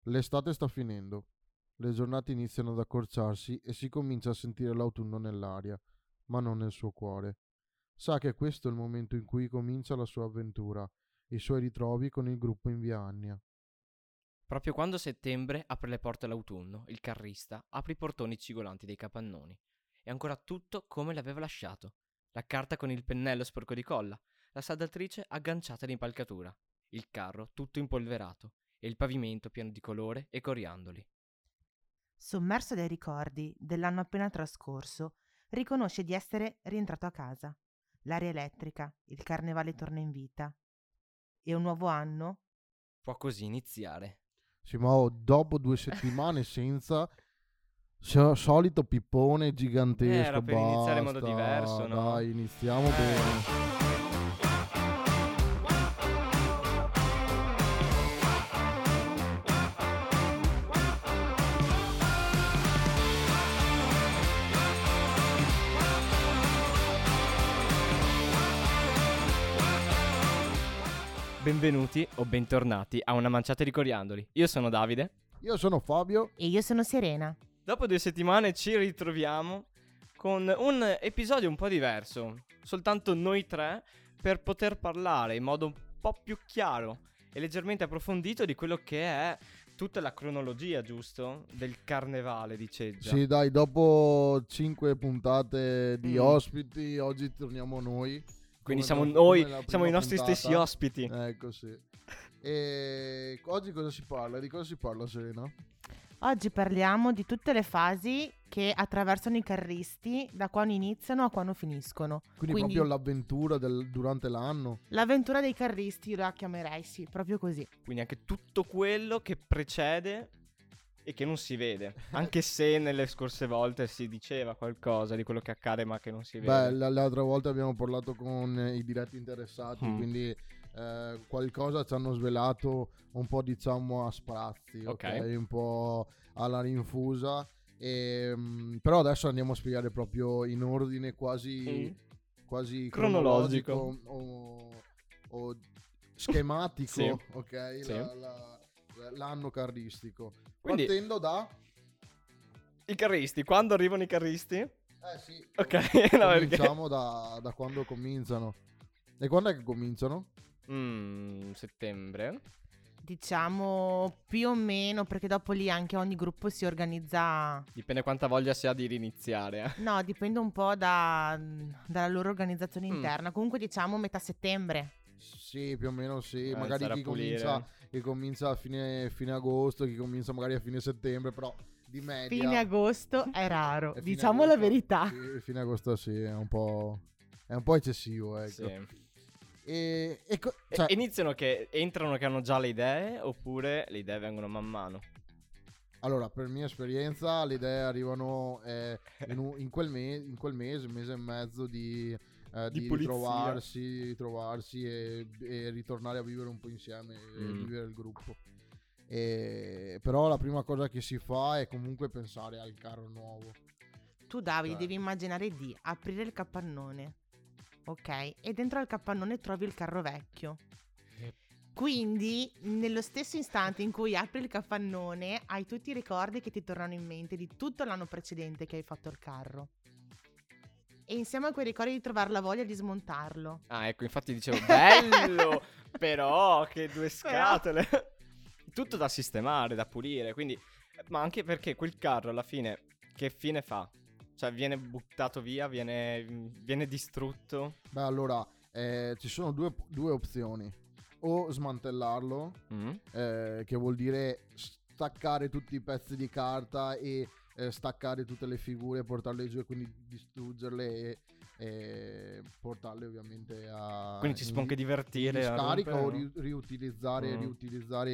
L'estate sta finendo, le giornate iniziano ad accorciarsi e si comincia a sentire l'autunno nell'aria, ma non nel suo cuore. Sa che questo è il momento in cui comincia la sua avventura, i suoi ritrovi con il gruppo in via Annia. Proprio quando settembre apre le porte all'autunno, il carrista apre i portoni cigolanti dei capannoni. È ancora tutto come l'aveva lasciato. La carta con il pennello sporco di colla, la saldatrice agganciata all'impalcatura, il carro tutto impolverato e il pavimento pieno di colore e coriandoli. Sommerso dai ricordi dell'anno appena trascorso, riconosce di essere rientrato a casa. L'aria elettrica, il carnevale torna in vita. E un nuovo anno? Può così iniziare. Sì, ma dopo 2 settimane senza solito pippone gigantesco. Era per iniziare in basta, modo diverso, no? Dai, iniziamo bene. Benvenuti o bentornati a una manciata di coriandoli. Io sono Davide. Io sono Fabio. E io sono Serena. Dopo 2 settimane ci ritroviamo con un episodio un po' diverso. Soltanto noi tre per poter parlare in modo un po' più chiaro e leggermente approfondito di quello che è tutta la cronologia, giusto? Del carnevale di Ceggia. Sì, dai, dopo 5 puntate di Mm. ospiti, oggi torniamo noi. Quindi come siamo la- noi, come la siamo i prima nostri puntata. stessi ospiti. Ecco, sì. E oggi cosa si parla? Di cosa si parla, Serena? Oggi parliamo di tutte le fasi che attraversano i carristi da quando iniziano a quando finiscono. Quindi proprio l'avventura durante l'anno. L'avventura dei carristi io la chiamerei, sì, proprio così. Quindi anche tutto quello che precede e che non si vede. Anche se nelle scorse volte si diceva qualcosa di quello che accade ma che non si vede. Beh, l'altra volta abbiamo parlato con i diretti interessati, quindi qualcosa ci hanno svelato un po', diciamo, a sprazzi, ok? Un po' alla rinfusa. Però adesso andiamo a spiegare proprio in ordine quasi cronologico o schematico, Sì. ok? Sì. L'anno carristico. Quindi- Partendo da... I carristi, quando arrivano i carristi? sì. Ok, no, perché... Cominciamo da quando cominciano. E quando è che cominciano? Settembre. Diciamo più o meno, perché dopo lì anche ogni gruppo si organizza. Dipende quanta voglia si ha di riniziare. No, dipende un po' dalla loro organizzazione interna. Comunque diciamo metà settembre. Sì, più o meno sì. Magari iniziare a pulire. chi comincia a fine agosto, chi comincia magari a fine settembre, però di media. Fine agosto è raro, fine diciamo agosto, la verità. Sì, fine agosto sì, è un po' eccessivo, ecco. Sì. Cioè, Iniziano che entrano che hanno già le idee oppure le idee vengono man mano? allora, per mia esperienza, le idee arrivano in quel mese, mese e mezzo di pulizia. ritrovarsi e ritornare a vivere un po' insieme, e vivere il gruppo. Però la prima cosa che si fa è comunque pensare al carro nuovo. Tu Davide devi immaginare di aprire il capannone, ok? E dentro al capannone trovi il carro vecchio. Quindi nello stesso istante in cui apri il capannone hai tutti i ricordi che ti tornano in mente di tutto l'anno precedente che hai fatto il carro. E insieme a quei ricordi di trovare la voglia di smontarlo. Ah, ecco, infatti dicevo, bello, però che 2 scatole. Tutto da sistemare, da pulire, quindi... Ma anche perché quel carro alla fine, che fine fa? Cioè, viene buttato via, viene distrutto? Beh, allora, ci sono due opzioni. O smantellarlo, che vuol dire staccare tutti i pezzi di carta e staccare tutte le figure, portarle giù e quindi distruggerle e portarle ovviamente a... Quindi ci si può anche divertire. in scarica o rompere, no? riutilizzare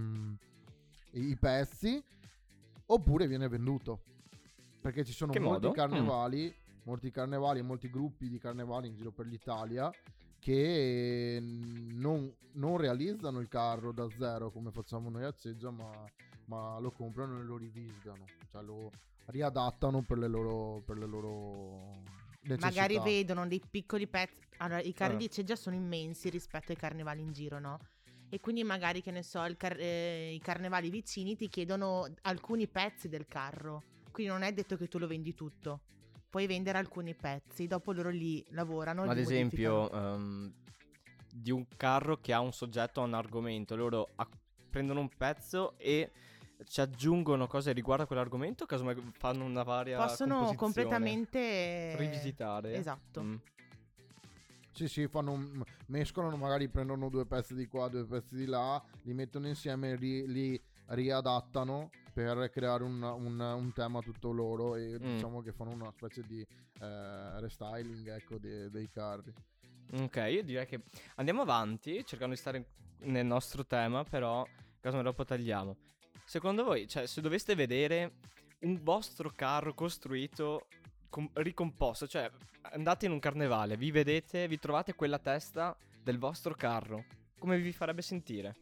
i pezzi, oppure viene venduto. Perché ci sono Che molti modo? carnevali e molti gruppi di carnevali in giro per l'Italia che non realizzano il carro da zero come facciamo noi a Ceggia, ma lo comprano e lo rivisitano, cioè lo riadattano per le loro necessità. Magari vedono dei piccoli pezzi. Allora, i carri di Ceggia sono immensi rispetto ai carnevali in giro, no? e quindi magari, che ne so, i carnevali vicini ti chiedono alcuni pezzi del carro, quindi non è detto che tu lo vendi tutto, puoi vendere alcuni pezzi, dopo loro li lavorano. Ad esempio di un carro che ha un soggetto a un argomento, loro prendono un pezzo e ci aggiungono cose riguardo a quell'argomento, casomai fanno una varia possono completamente rivisitare. Esatto. Sì, mescolano, magari prendono 2 pezzi di qua, 2 pezzi di là, li mettono insieme e li riadattano per creare un tema tutto loro, e diciamo che fanno una specie di restyling, ecco, dei carri. Ok, io direi che andiamo avanti cercando di stare nel nostro tema, però caso dopo tagliamo. Secondo voi, cioè, se doveste vedere un vostro carro costruito, ricomposto, cioè andate in un carnevale, vi trovate quella testa del vostro carro, come vi farebbe sentire?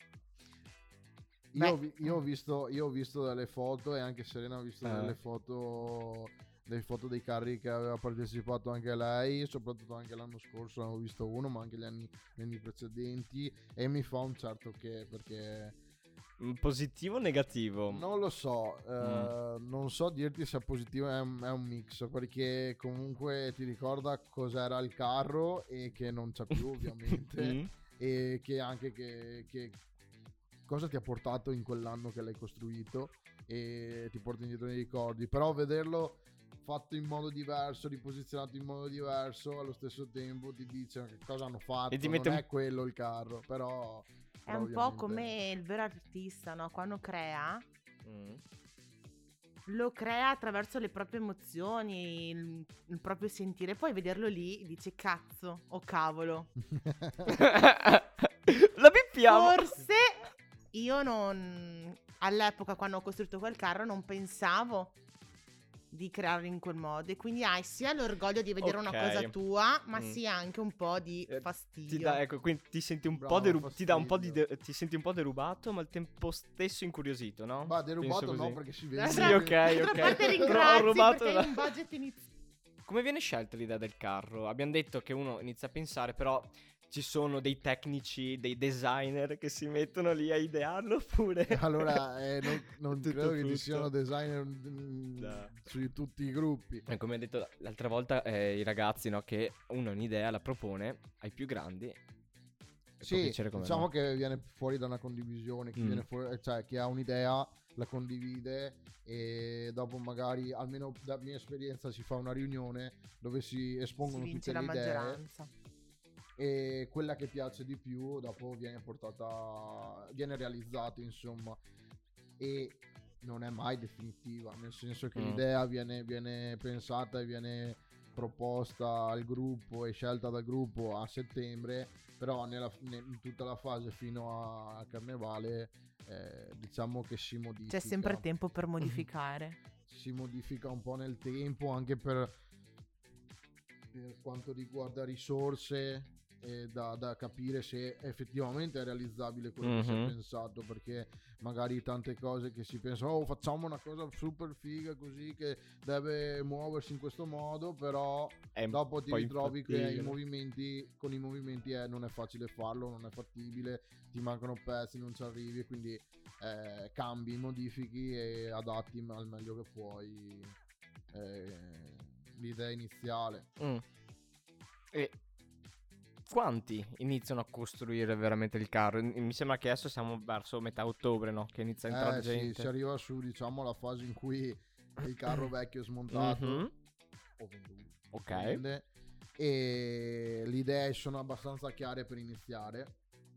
Io ho visto delle foto, e anche Serena ha visto delle foto dei carri che aveva partecipato anche lei, soprattutto anche l'anno scorso ne ho visto uno, ma anche gli anni precedenti, e mi fa un certo che, perché positivo o negativo? non lo so, non so dirti se è positivo, è un mix, perché comunque ti ricorda cos'era il carro e che non c'è più ovviamente, e che anche che cosa ti ha portato in quell'anno che l'hai costruito, e ti porta indietro nei ricordi. Però vederlo fatto in modo diverso, riposizionato in modo diverso, allo stesso tempo ti dice che cosa hanno fatto, e ti non è quello il carro, però è un po' come il vero artista, no? Quando crea lo crea attraverso le proprie emozioni, il proprio sentire, poi vederlo lì dice cazzo o cavolo. La bippiamo. Forse io all'epoca, quando ho costruito quel carro, non pensavo di crearlo in quel modo, e quindi hai sia l'orgoglio di vedere una cosa tua, ma sia anche un po' di fastidio. Ecco, quindi ti senti un po' ti senti un po' derubato, ma al tempo stesso incuriosito, no? Ma derubato no, perché si vede. Sì, ok. Ho rubato perché hai un budget iniziale. Come viene scelta l'idea del carro? Abbiamo detto che uno inizia a pensare, però ci sono dei tecnici, dei designer che si mettono lì a idearlo, oppure? Allora, non credo che ci siano designer su tutti i gruppi. Come ho detto l'altra volta, i ragazzi, no, che uno un'idea la propone ai più grandi. Sì, diciamo che viene fuori da una condivisione, viene fuori, cioè chi ha un'idea la condivide, e dopo magari, almeno da mia esperienza, si fa una riunione dove si espongono tutte le idee, maggioranza, e quella che piace di più dopo viene realizzata, insomma, e non è mai definitiva, nel senso che l'idea viene pensata e viene proposta al gruppo e scelta dal gruppo a settembre, però in tutta la fase fino a carnevale diciamo che si modifica. C'è sempre tempo per modificare. Si modifica un po' nel tempo, anche per quanto riguarda risorse, da capire se effettivamente è realizzabile quello che si è pensato, perché magari tante cose che si pensano, facciamo una cosa super figa così che deve muoversi in questo modo, però dopo ti ritrovi che con i movimenti non è facile farlo, non è fattibile, ti mancano pezzi, non ci arrivi, e quindi cambi, modifichi e adatti al meglio che puoi l'idea iniziale. E quanti iniziano a costruire veramente il carro? Mi sembra che adesso siamo verso metà ottobre, no? Che inizia a entrare gente. Sì, si arriva su, diciamo, la fase in cui il carro vecchio è smontato o venduto. Ok. E le idee sono abbastanza chiare per iniziare,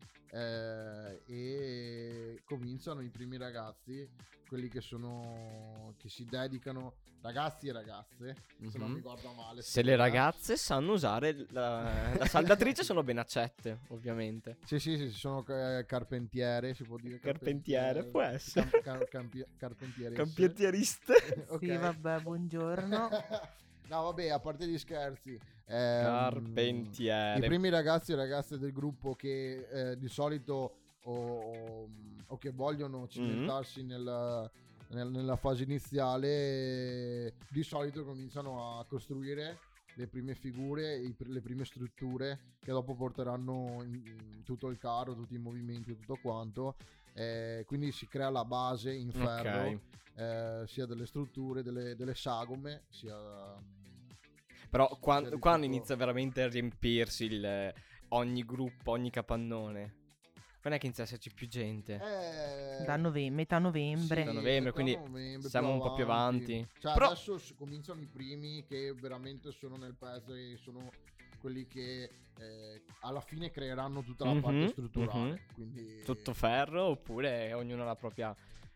e cominciano i primi ragazzi, quelli che si dedicano, ragazzi e ragazze, se non ricordo male. Se le ragazze sanno usare la saldatrice sono ben accette, ovviamente. Sì, sono carpentiere, si può dire. Carpentiere, può essere. Carpentieriste. Carpentieriste. Okay. Sì, vabbè, buongiorno. No, vabbè, a parte gli scherzi. Carpentiere. I primi ragazzi e ragazze del gruppo che di solito o che vogliono cimentarsi nella fase iniziale, di solito cominciano a costruire le prime figure, le prime strutture che dopo porteranno in tutto il carro, tutti i movimenti e tutto quanto. Quindi si crea la base in ferro, sia delle strutture, delle sagome, sia... Però quando inizia veramente a riempirsi ogni gruppo, ogni capannone? Quando è che inizia a esserci più gente? Da metà novembre. Sì, da novembre, quindi siamo un po' più avanti. Cioè, però adesso cominciano i primi che veramente sono nel pezzo e sono quelli che alla fine creeranno tutta la parte strutturale. Quindi... Tutto ferro, oppure ognuno la propria...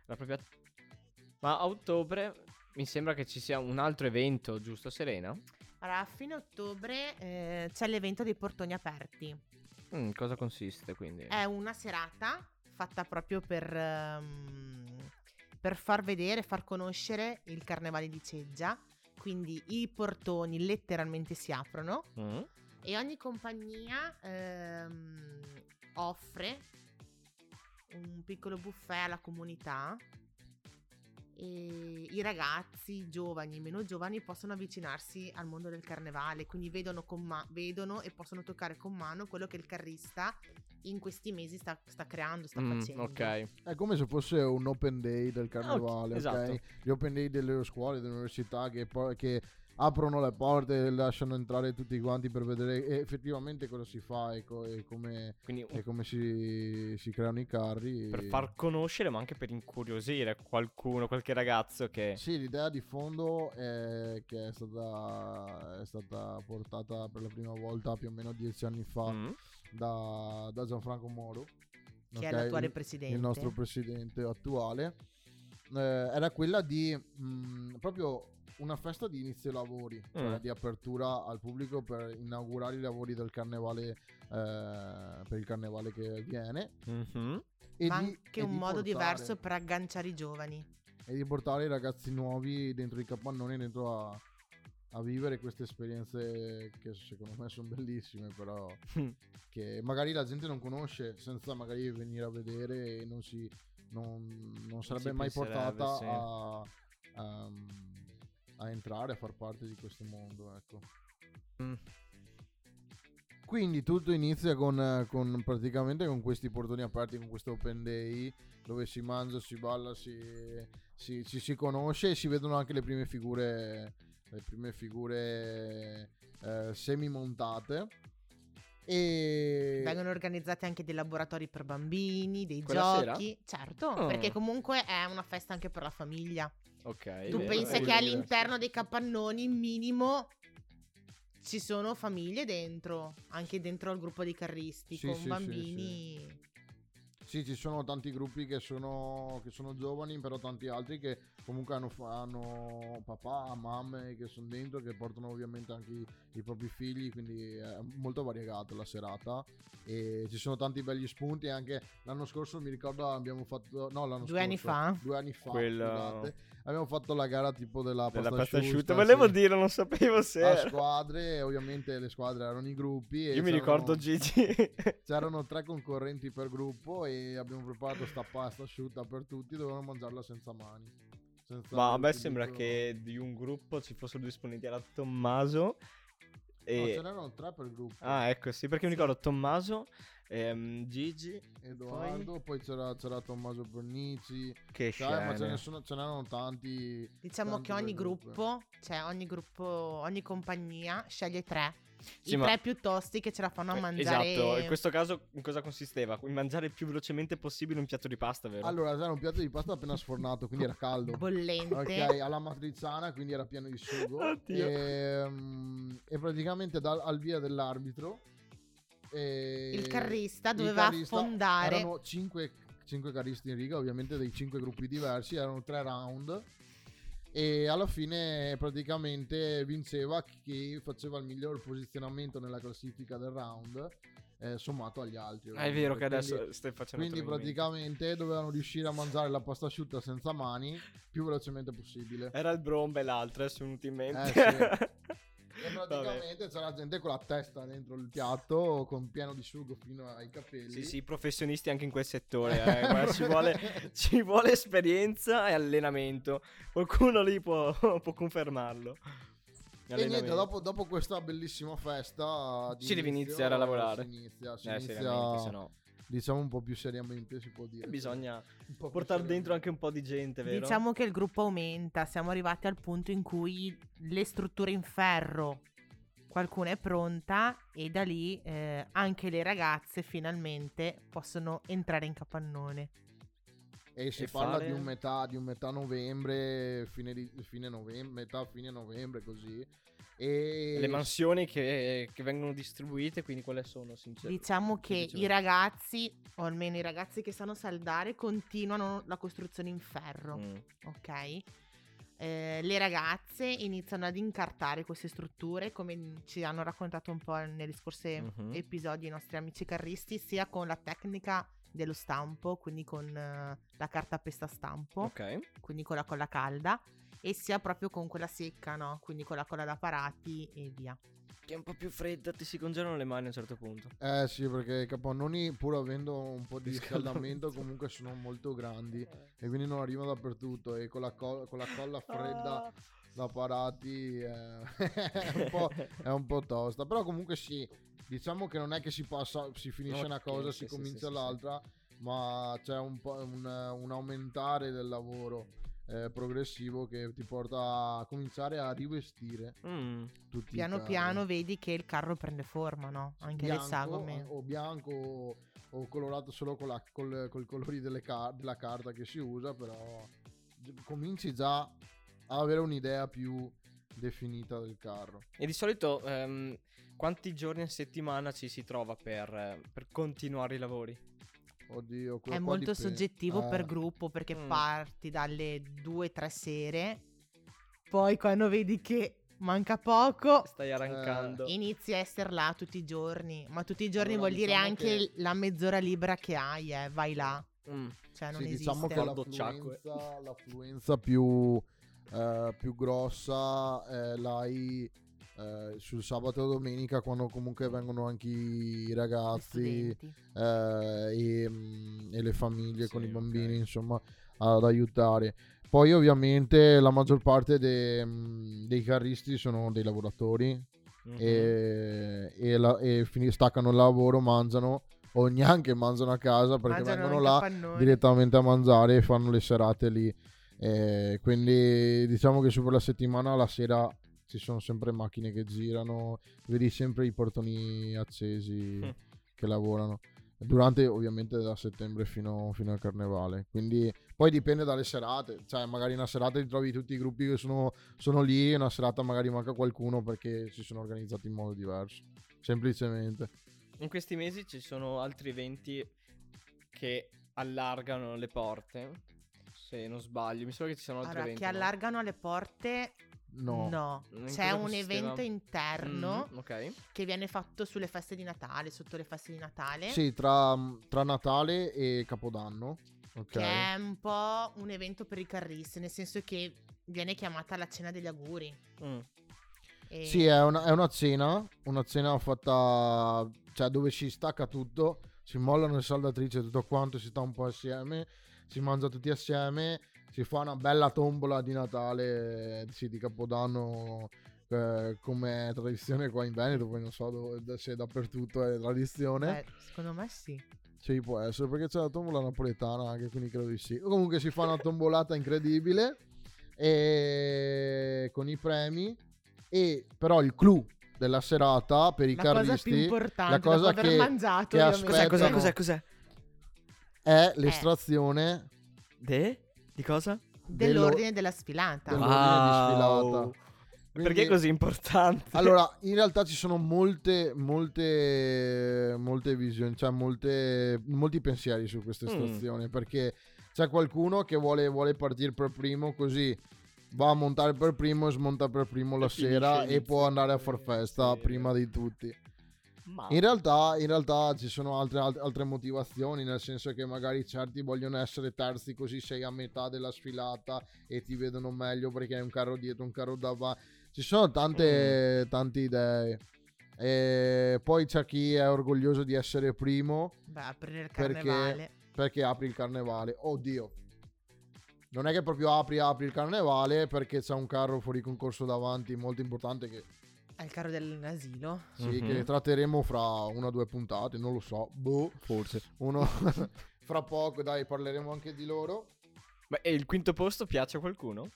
Ma a ottobre mi sembra che ci sia un altro evento, giusto Serena? Allora, a fine ottobre c'è l'evento dei portoni aperti. Cosa consiste quindi? È una serata fatta proprio per far vedere, far conoscere il Carnevale di Ceggia. Quindi i portoni letteralmente si aprono e ogni compagnia offre un piccolo buffet alla comunità. E i ragazzi, i giovani, meno giovani, possono avvicinarsi al mondo del carnevale, quindi vedono e possono toccare con mano quello che il carrista in questi mesi sta creando, sta facendo. Ok. È come se fosse un open day del carnevale, esatto. Ok? Gli open day delle scuole, delle università che aprono le porte e lasciano entrare tutti quanti per vedere effettivamente cosa si fa e come si creano i carri. Per far conoscere, ma anche per incuriosire qualche ragazzo che... Sì, l'idea di fondo è che è stata portata per la prima volta più o meno 10 anni fa da Gianfranco Moro, che è l'attuale presidente. Il nostro presidente attuale. Era quella di proprio una festa di inizio lavori, cioè di apertura al pubblico per inaugurare i lavori del carnevale, per il carnevale che viene. Ma anche un modo diverso per agganciare i giovani. E di portare i ragazzi nuovi dentro i capannoni, dentro a vivere queste esperienze che secondo me sono bellissime, però che magari la gente non conosce, senza magari venire a vedere e non sarebbe mai portata a entrare a far parte di questo mondo, ecco. Quindi tutto inizia con praticamente con questi portoni aperti, con questo open day dove si mangia, si balla, si conosce e si vedono anche le prime figure semi montate. E vengono organizzati anche dei laboratori per bambini, dei Quella giochi. sera? Certo, perché comunque è una festa anche per la famiglia. Ok. Tu pensa che all'interno dei capannoni minimo ci sono famiglie dentro, anche dentro al gruppo dei carristi, con bambini. Sì, ci sono tanti gruppi che sono giovani, però tanti altri che comunque hanno papà, mamme che sono dentro, che portano ovviamente anche i propri figli, quindi è molto variegata la serata e ci sono tanti belli spunti. Anche l'anno scorso mi ricordo abbiamo fatto 2 anni fa scusate, abbiamo fatto la gara tipo della pasta asciutta. Volevo dire, non sapevo se a squadre, ovviamente le squadre erano i gruppi e io mi ricordo Gigi c'erano 3 concorrenti per gruppo e abbiamo preparato sta pasta asciutta per tutti, dovevano mangiarla senza mani. Ma a me sembra che di un gruppo ci fossero disponibili era Tommaso e... No, ce n'erano 3 per gruppo. Ah, ecco, sì, perché mi ricordo Tommaso, Gigi, Edoardo, poi c'era Tommaso Bernici. Che scena. Ma ce n'erano tanti. Diciamo tanti che ogni gruppo, ogni compagnia sceglie 3. I 3 più tosti che ce la fanno a mangiare. Esatto, in questo caso in cosa consisteva? In mangiare il più velocemente possibile un piatto di pasta, vero? Allora, era un piatto di pasta appena sfornato, quindi era caldo. Bollente. Ok, alla matriciana, quindi era pieno di sugo. E praticamente al via dell'arbitro il carrista doveva affondare. Erano 5 carristi in riga, ovviamente dei 5 gruppi diversi, erano 3 round. E alla fine praticamente vinceva chi faceva il miglior posizionamento nella classifica del round, sommato agli altri. È vero che adesso stai facendo. Quindi praticamente dovevano riuscire a mangiare la pasta asciutta senza mani più velocemente possibile. Era il Brombe l'altro, è venuto in mente. Sì. E praticamente c'era gente con la testa dentro il piatto, con pieno di sugo fino ai capelli. Sì, professionisti anche in quel settore. Guarda, ci vuole esperienza e allenamento. Qualcuno lì può confermarlo. E niente, dopo questa bellissima festa si deve iniziare a lavorare. Si inizia seriamente, se no. Diciamo un po' più seriamente, si può dire. Bisogna portare dentro anche un po' di gente, vero? Diciamo che il gruppo aumenta, siamo arrivati al punto in cui le strutture in ferro, qualcuna è pronta e da lì anche le ragazze finalmente possono entrare in capannone. E si parla di un metà novembre, fine novembre, così. E le mansioni che vengono distribuite, quindi quali sono, sinceramente? Diciamo che i ragazzi, o almeno i ragazzi che sanno saldare, continuano la costruzione in ferro, ok? Le ragazze iniziano ad incartare queste strutture, come ci hanno raccontato un po' negli scorsi episodi i nostri amici carristi, sia con la tecnica dello stampo, quindi con la carta pesta stampo, quindi con la colla calda, e sia proprio con quella secca, no? Quindi con la colla da parati e via. Che è un po' più fredda, ti si congelano le mani a un certo punto. Sì, perché i capannoni, pur avendo un po' di riscaldamento, comunque sono molto grandi e quindi non arrivano dappertutto, e con la colla fredda da parati è un po' tosta. Però comunque sì, diciamo che non è che si finisce una cosa, si comincia l'altra, ma c'è un po' un aumentare del lavoro progressivo che ti porta a cominciare a rivestire tutti piano piano. Vedi che il carro prende forma, no? Anche bianco, le sagome, o bianco o colorato solo col colori della carta che si usa, però cominci già a avere un'idea più definita del carro. E di solito quanti giorni a settimana ci si trova per continuare i lavori? Oddio, è molto soggettivo per gruppo, perché parti dalle 2-3 sere, poi quando vedi che manca poco stai arrancando, inizi a essere là tutti i giorni, ma tutti i giorni allora, vuol dire anche la mezz'ora libera che hai, vai là, cioè non esiste. Diciamo che l'affluenza più grossa l'hai sul sabato e domenica, quando comunque vengono anche i ragazzi e le famiglie con i bambini, insomma, ad aiutare. Poi ovviamente la maggior parte dei carristi sono dei lavoratori e staccano il lavoro, mangiano o neanche mangiano a casa, perché vengono là direttamente a mangiare e fanno le serate lì. Quindi diciamo che su per la settimana, la sera ci sono sempre macchine che girano, vedi sempre i portoni accesi che lavorano durante, ovviamente, da settembre fino al carnevale. Quindi poi dipende dalle serate, cioè magari una serata ti trovi tutti i gruppi che sono lì, e una serata magari manca qualcuno perché si sono organizzati in modo diverso, semplicemente. In questi mesi ci sono altri eventi che allargano le porte, se non sbaglio. Mi sembra che ci siano altri eventi che allargano le porte. No, c'è un evento interno che viene fatto sulle feste di Natale, sotto le feste di Natale. Sì, tra Natale e Capodanno. Che è un po' un evento per i carristi, nel senso che viene chiamata la cena degli auguri. Sì, è una cena fatta, cioè, dove si stacca tutto, si mollano le saldatrici e tutto quanto, si sta un po' assieme, si mangia tutti assieme, si fa una bella tombola di Natale, sì, di Capodanno, come tradizione qua in Veneto. Poi non so se dappertutto è tradizione. Secondo me sì. Sì, può essere, perché c'è la tombola napoletana anche, quindi credo di sì. Comunque si fa una tombolata incredibile e con i premi, e però il clou della serata per i carristi, cosa più importante, la cosa dopo aver mangiato, che aspettano, cos'è? È l'estrazione di cosa? Dell'ordine della sfilata. Dell'ordine di sfilata. Quindi, perché è così importante? Allora, in realtà ci sono molte visioni, cioè molti pensieri su questa estrazione, perché c'è qualcuno che vuole partire per primo, così va a montare per primo e smonta per primo la sera e può andare a far festa prima di tutti. In realtà ci sono altre motivazioni, nel senso che magari certi vogliono essere terzi, così sei a metà della sfilata e ti vedono meglio perché hai un carro dietro, un carro davanti. Ci sono tante idee. E poi c'è chi è orgoglioso di essere primo, aprire il carnevale, perché apri il carnevale. Oddio, non è che proprio apri il carnevale, perché c'è un carro fuori concorso davanti molto importante che... È il carro dell'asilo. Sì, che tratteremo fra 1 o 2 puntate, non lo so, forse. Fra poco, dai, parleremo anche di loro. Ma e il quinto posto piace a qualcuno?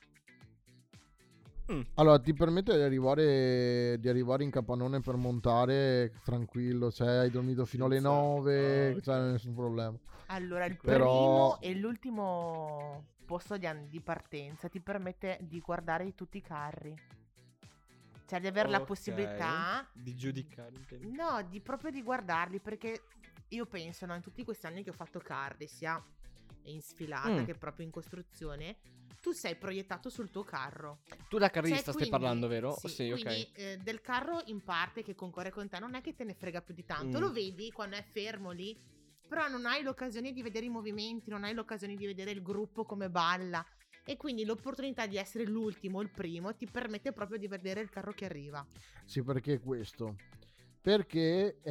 Allora, ti permette di arrivare in capannone per montare tranquillo, cioè hai dormito fino alle 9, cioè nessun problema. Allora, il primo e l'ultimo posto di partenza ti permette di guardare tutti i carri. Cioè di avere la possibilità di giudicare. No, proprio di guardarli, perché io penso, no, in tutti questi anni che ho fatto carri, sia in sfilata che proprio in costruzione, tu sei proiettato sul tuo carro. Tu da carrista stai parlando, vero? Sì, quindi, del carro in parte che concorre con te non è che te ne frega più di tanto. Lo vedi quando è fermo lì, però non hai l'occasione di vedere i movimenti, non hai l'occasione di vedere il gruppo come balla. E quindi l'opportunità di essere l'ultimo o il primo ti permette proprio di vedere il carro che arriva. Sì, perché questo? Perché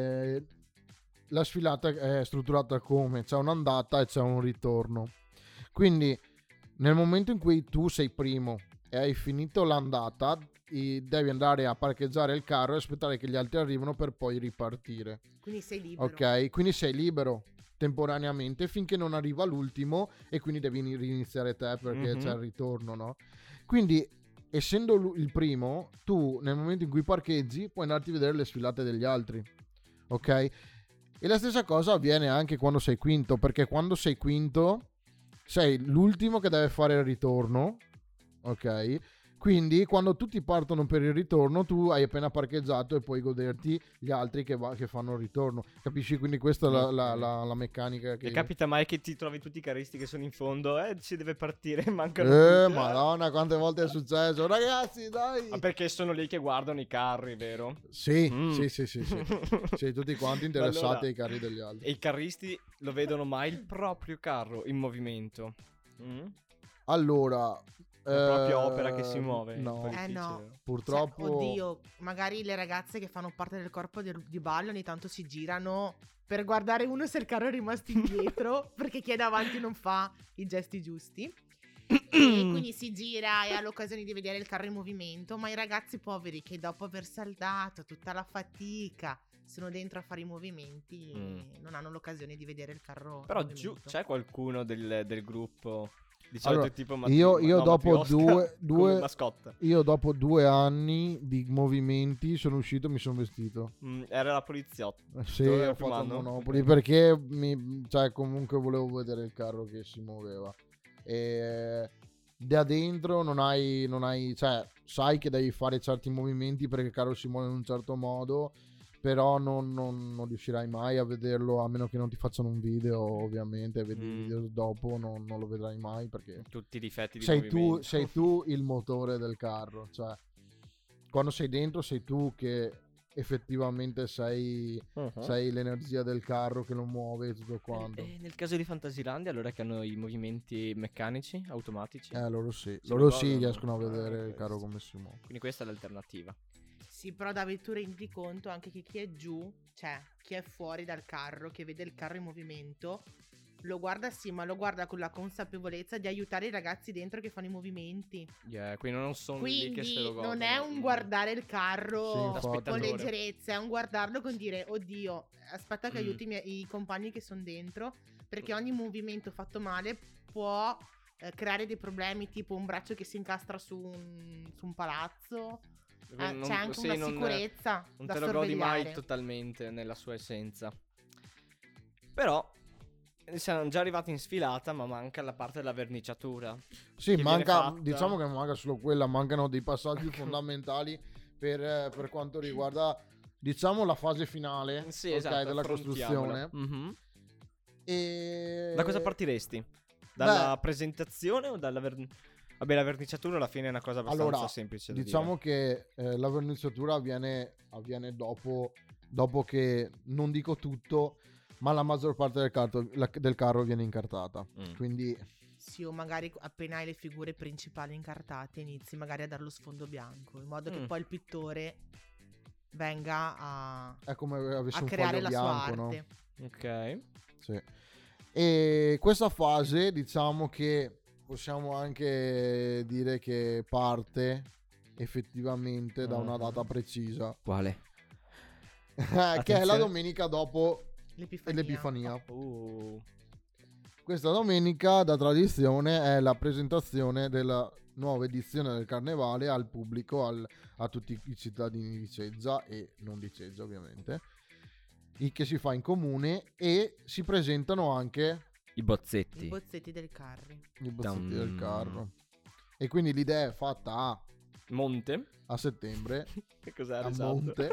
la sfilata è strutturata come c'è un'andata e c'è un ritorno. Quindi nel momento in cui tu sei primo e hai finito l'andata, devi andare a parcheggiare il carro e aspettare che gli altri arrivino per poi ripartire. Quindi sei libero. Ok, quindi sei libero temporaneamente finché non arriva l'ultimo e quindi devi riniziare te perché c'è il ritorno, no? Quindi essendo il primo, tu nel momento in cui parcheggi puoi andarti a vedere le sfilate degli altri, ok? E la stessa cosa avviene anche quando sei quinto, perché quando sei quinto sei l'ultimo che deve fare il ritorno, ok? Quindi quando tutti partono per il ritorno tu hai appena parcheggiato e puoi goderti gli altri che fanno il ritorno, capisci? Quindi questa è la meccanica che... E capita mai che ti trovi tutti i carristi che sono in fondo si deve partire, mancano tutti. Madonna, quante volte è successo, ragazzi, dai! Ma perché sono lì che guardano i carri, vero? Sì. Sì, tutti quanti interessati allora, ai carri degli altri. E i carristi lo vedono mai il proprio carro in movimento? Allora... La propria opera che si muove. No. Purtroppo. Cioè, oddio, magari le ragazze che fanno parte del corpo di ballo ogni tanto si girano per guardare uno se il carro è rimasto indietro, perché chi è davanti non fa i gesti giusti. E quindi si gira e ha l'occasione di vedere il carro in movimento. Ma i ragazzi poveri che dopo aver saldato tutta la fatica sono dentro a fare i movimenti non hanno l'occasione di vedere il carro. Però in giù movimento. c'è qualcuno del gruppo. Di Allora, tipo io dopo mascotte. Io dopo 2 anni di movimenti sono uscito e mi sono vestito. Era la poliziotto. Sì, ho fatto Monopoli perché cioè, comunque volevo vedere il carro che si muoveva. E da dentro non hai cioè sai che devi fare certi movimenti perché il carro si muove in un certo modo, però non riuscirai mai a vederlo a meno che non ti facciano un video, ovviamente. Vedi il video dopo, non lo vedrai mai perché tutti i difetti di movimento. Sei tu il motore del carro, cioè quando sei dentro sei tu che effettivamente sei l'energia del carro che lo muove e tutto quanto. E nel caso di Fantasylandia, allora che hanno i movimenti meccanici, automatici? Loro sì riescono a vedere il carro come si muove. Quindi questa è l'alternativa. Sì, però Davide, tu rendi conto anche che chi è giù, cioè chi è fuori dal carro, che vede il carro in movimento, lo guarda sì, ma lo guarda con la consapevolezza di aiutare i ragazzi dentro che fanno i movimenti. Quindi non sono lì che se lo godono. Non è un guardare il carro sì, con leggerezza, è un guardarlo con dire, oddio, aspetta che aiuti i compagni che sono dentro, perché ogni movimento fatto male può creare dei problemi, tipo un braccio che si incastra su un palazzo. C'è anche una sicurezza non da te lo godi mai totalmente nella sua essenza. Però siamo già arrivati in sfilata, ma manca la parte della verniciatura. Sì, manca, diciamo che manca solo quella, mancano dei passaggi fondamentali per quanto riguarda, diciamo, la fase finale della costruzione. E da cosa partiresti? Dalla presentazione o dalla Vabbè, la verniciatura alla fine è una cosa abbastanza semplice da diciamo dire. Che la verniciatura avviene dopo che, non dico tutto, ma la maggior parte del carro viene incartata. Quindi sì, o magari appena hai le figure principali incartate inizi magari a dare lo sfondo bianco, in modo che poi il pittore venga è come avesse un creare foglio la bianco, sua no? arte. Ok. Sì. E questa fase, diciamo che possiamo anche dire che parte effettivamente da una data precisa. Quale? Che è la domenica dopo l'Epifania. Questa domenica, da tradizione, è la presentazione della nuova edizione del Carnevale al pubblico, a tutti i cittadini di Cezza e non di Cezza ovviamente, che si fa in comune, e si presentano anche i bozzetti del carro. Del carro. E quindi l'idea è fatta a settembre. Che cos'è a Monte.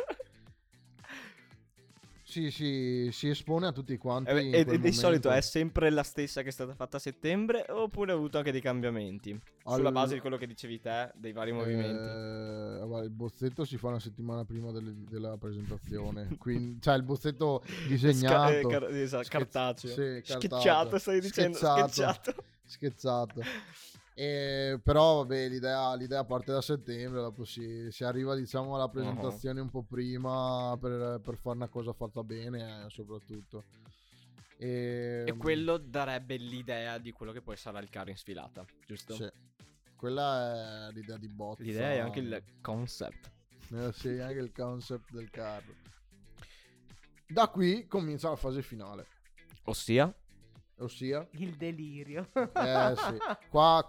Si espone a tutti quanti. E di solito è sempre la stessa che è stata fatta a settembre, oppure ha avuto anche dei cambiamenti? Sulla base di quello che dicevi te, dei vari movimenti. Il bozzetto si fa una settimana prima della presentazione. Quindi, cioè il bozzetto disegnato. Cartaceo. Sì, schizzato, stai dicendo. Schizzato. Però vabbè, l'idea parte da settembre, dopo si arriva diciamo alla presentazione un po' prima per fare una cosa fatta bene, soprattutto. E quello darebbe l'idea di quello che poi sarà il carro in sfilata, giusto? Sì, quella è l'idea di bozza. L'idea è anche il concept. Sì, anche il concept del carro. Da qui comincia la fase finale. Ossia il delirio. Sì. Qua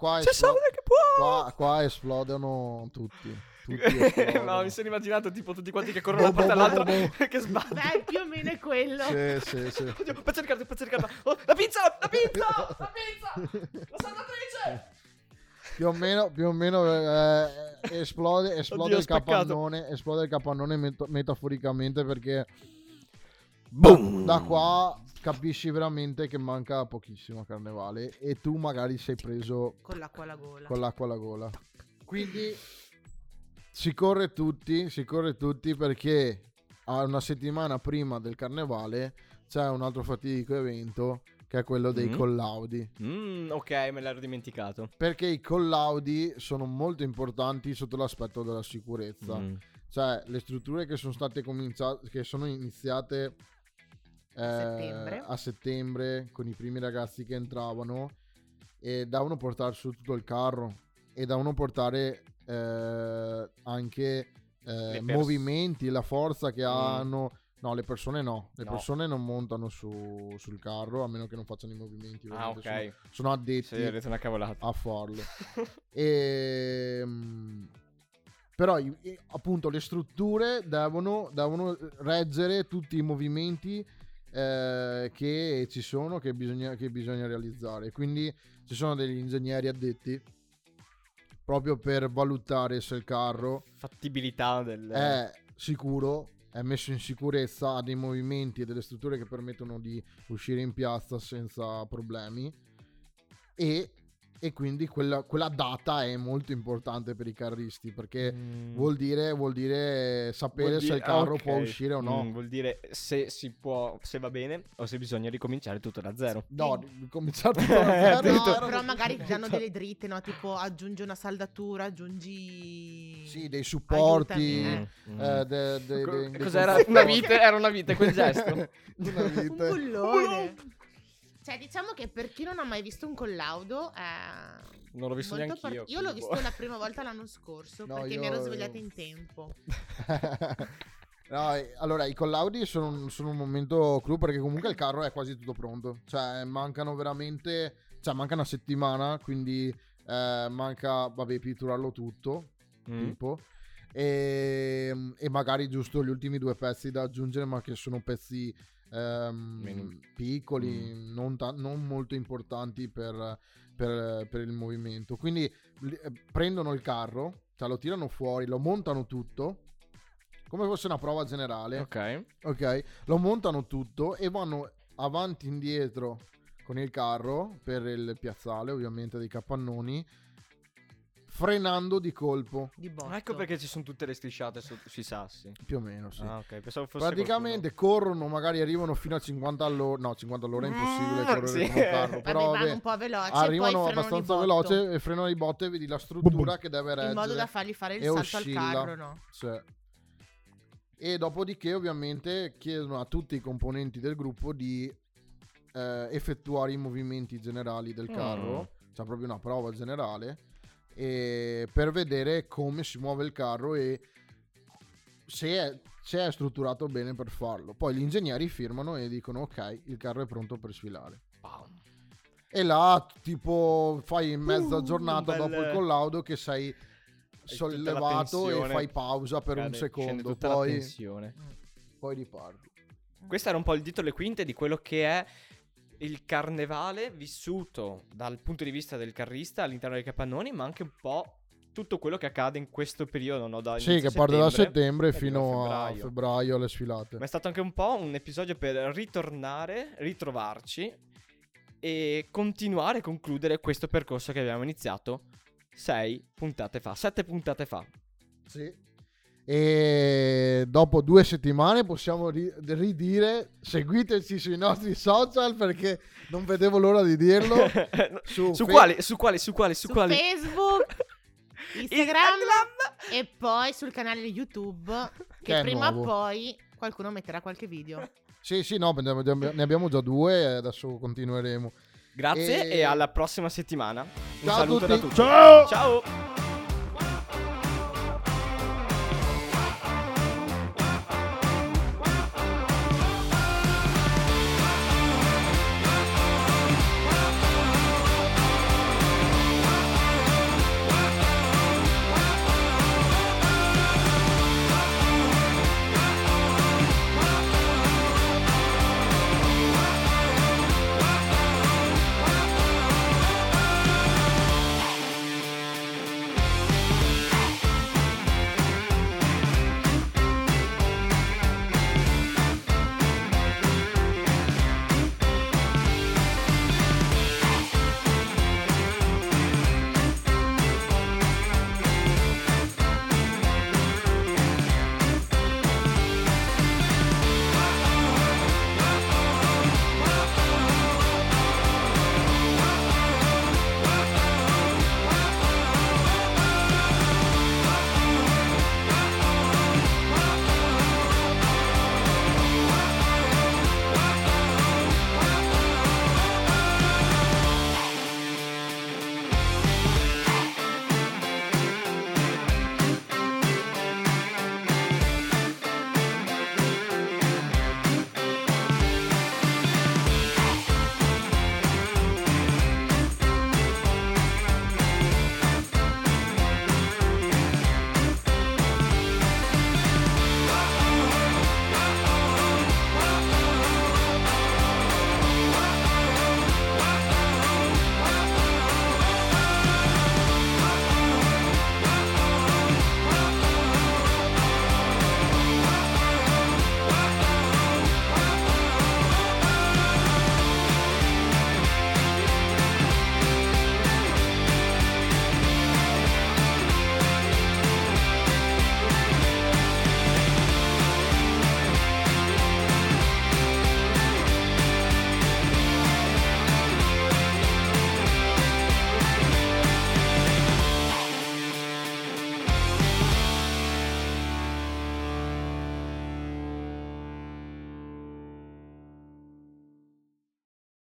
esplodono tutti esplodono. No, mi sono immaginato tipo tutti quanti che corrono da una parte all'altra che sbattono. Beh, più o meno è quello. Sì. Oddio, pezzo di carta. Oh, la pizza! La saldatrice! Più o meno esplode Oddio, il capannone. Esplode il capannone metaforicamente, perché boom! Da qua capisci veramente che manca pochissimo a Carnevale e tu magari sei preso con l'acqua alla gola. Quindi si corre tutti perché a una settimana prima del Carnevale c'è un altro fatidico evento, che è quello dei collaudi. Ok, me l'ero dimenticato. Perché i collaudi sono molto importanti sotto l'aspetto della sicurezza. Cioè le strutture che sono state che sono iniziate a settembre con i primi ragazzi che entravano, e davano portare su tutto il carro e davano portare anche movimenti, la forza che hanno. No, le persone persone non montano sul carro, a meno che non facciano i movimenti. Ok. Sono addetti una cavolata a farlo. Però appunto le strutture devono reggere tutti i movimenti che ci sono, che bisogna realizzare. Quindi ci sono degli ingegneri addetti proprio per valutare se il carro fattibilità è sicuro, è messo in sicurezza, ha dei movimenti e delle strutture che permettono di uscire in piazza senza problemi, e quindi quella data è molto importante per i carristi, perché vuol dire sapere se il carro può uscire o no. Vuol dire se va bene o se bisogna ricominciare tutto da zero. No, ricominciare tutto da zero. Però magari ti danno delle dritte, no? Tipo aggiungi una saldatura, aggi... Sì, dei supporti. Cos'era? Una vite? Era una vite quel gesto. Un bullone. Cioè, diciamo che per chi non ha mai visto un collaudo, non l'ho visto neanche io. Io l'ho visto la prima volta l'anno scorso, perché mi ero svegliata in tempo. No, allora i collaudi sono un momento clou, perché comunque il carro è quasi tutto pronto. Cioè, manca una settimana, quindi manca, pitturarlo tutto, tipo. E magari giusto gli ultimi 2 pezzi da aggiungere, ma che sono pezzi piccoli, non molto importanti per il movimento. Quindi prendono il carro, cioè lo tirano fuori, lo montano tutto come fosse una prova generale. Ok, lo montano tutto e vanno avanti e indietro con il carro per il piazzale, ovviamente, dei capannoni, frenando di colpo. Ecco perché ci sono tutte le strisciate sui sassi. Più o meno, sì. Ok, pensavo fosse praticamente corrono, magari arrivano fino a 50 all'ora. No, 50 all'ora è impossibile correre con il carro. Però vanno un po' veloci, arrivano poi abbastanza veloce e frenano di botte, e vedi la struttura che deve reggere, in modo da fargli fare il salto oscilla. al carro, no? Sì. E dopodiché ovviamente chiedono a tutti i componenti del gruppo di effettuare i movimenti generali del carro c'è proprio una prova generale per vedere come si muove il carro e se è strutturato bene per farlo. Poi gli ingegneri firmano e dicono ok, il carro è pronto per sfilare. Wow. E là tipo fai mezza giornata dopo il collaudo che sei sollevato e fai pausa per un secondo, poi riparti. Questo era un po' il dietro le quinte di quello che è il carnevale vissuto dal punto di vista del carrista all'interno dei capannoni, ma anche un po' tutto quello che accade in questo periodo, no? Sì, che parte da settembre fino a febbraio alle sfilate. Ma è stato anche un po' un episodio per ritrovarci e continuare a concludere questo percorso che abbiamo iniziato 7 puntate fa. Sì. E dopo 2 settimane possiamo ridire, seguiteci sui nostri social perché non vedevo l'ora di dirlo. Su quali? Su Facebook, Instagram e poi sul canale YouTube che prima o poi qualcuno metterà qualche video. Sì, no, ne abbiamo già 2 e adesso continueremo. Grazie e alla prossima settimana. Un Ciao saluto a tutti. da tutti. Ciao! Ciao!